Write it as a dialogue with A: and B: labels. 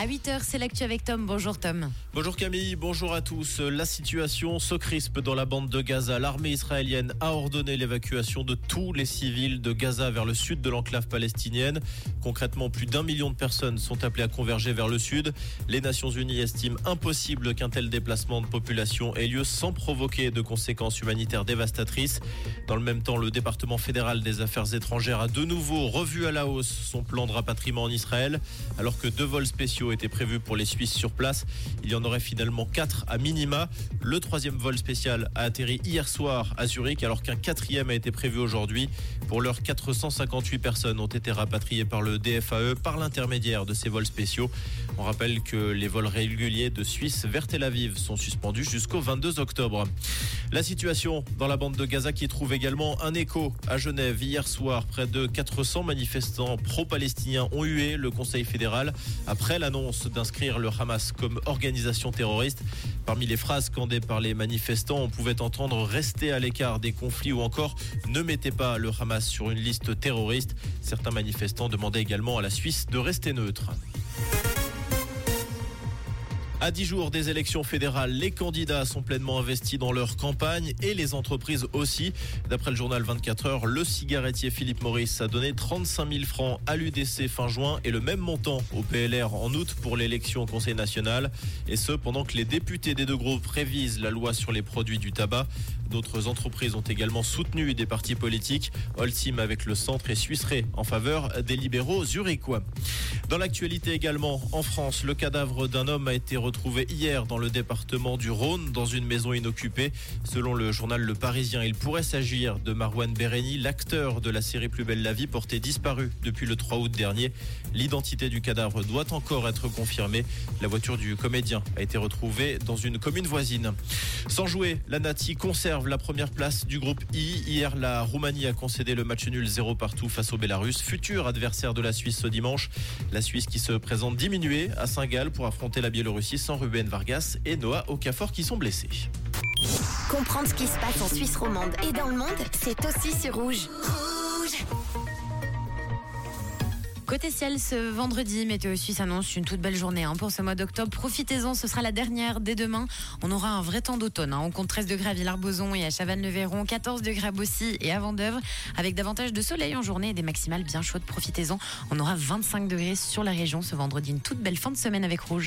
A: À 8h, c'est l'actu avec Tom. Bonjour Tom.
B: Bonjour Camille, bonjour à tous. La situation se crispe dans la bande de Gaza. L'armée israélienne a ordonné l'évacuation de tous les civils de Gaza vers le sud de l'enclave palestinienne. Concrètement, plus d'1 million de personnes sont appelées à converger vers le sud. Les Nations Unies estiment impossible qu'un tel déplacement de population ait lieu sans provoquer de conséquences humanitaires dévastatrices. Dans le même temps, le département fédéral des affaires étrangères a de nouveau revu à la hausse son plan de rapatriement en Israël. Alors que 2 vols spéciaux étaient prévus pour les Suisses sur place, il y en aurait finalement 4 à minima. Le 3e vol spécial a atterri hier soir à Zurich, alors qu'un 4e a été prévu aujourd'hui. Pour l'heure, 458 personnes ont été rapatriées par le DFAE par l'intermédiaire de ces vols spéciaux. On rappelle que les vols réguliers de Suisse vers Tel Aviv sont suspendus jusqu'au 22 octobre. La situation dans la bande de Gaza qui trouve également un écho à Genève. Hier soir, près de 400 manifestants pro-palestiniens ont hué le Conseil fédéral après l'annonce d'inscrire le Hamas comme organisation terroriste. Parmi les phrases scandées par les manifestants, on pouvait entendre « rester à l'écart des conflits » ou encore « ne mettez pas le Hamas sur une liste terroriste ». Certains manifestants demandaient également à la Suisse de rester neutre. À 10 jours des élections fédérales, les candidats sont pleinement investis dans leur campagne et les entreprises aussi. D'après le journal 24 heures, le cigarettier Philip Morris a donné 35 000 francs à l'UDC fin juin et le même montant au PLR en août pour l'élection au Conseil national. Et ce, pendant que les députés des deux groupes révisent la loi sur les produits du tabac. D'autres entreprises ont également soutenu des partis politiques. Holcim avec le centre et Suisse Re en faveur des libéraux zurichois. Dans l'actualité également, en France, le cadavre d'un homme a été retrouvé hier dans le département du Rhône, dans une maison inoccupée. Selon le journal Le Parisien, il pourrait s'agir de Marwan Bereni, l'acteur de la série Plus belle la vie, porté disparu depuis le 3 août dernier. L'identité du cadavre doit encore être confirmée. La voiture du comédien a été retrouvée dans une commune voisine. Sans jouer, la Nati conserve la première place du groupe I. Hier, la Roumanie a concédé le match nul 0 partout face au Bélarus, futur adversaire de la Suisse ce dimanche. La Suisse qui se présente diminuée à Saint-Gall pour affronter la Biélorussie sans Ruben Vargas et Noah Okafor qui sont blessés.
C: Comprendre ce qui se passe en Suisse romande et dans le monde, c'est aussi sur Rouge.
A: Côté ciel, ce vendredi, Météo Suisse annonce une toute belle journée pour ce mois d'octobre. Profitez-en, ce sera la dernière dès demain. On aura un vrai temps d'automne. On compte 13 degrés à Villars-Bozon et à Chavannes-le-Véron, 14 degrés à Bossy et à Vendeuvre, avec davantage de soleil en journée et des maximales bien chaudes. Profitez-en. On aura 25 degrés sur la région ce vendredi. Une toute belle fin de semaine avec Rouge.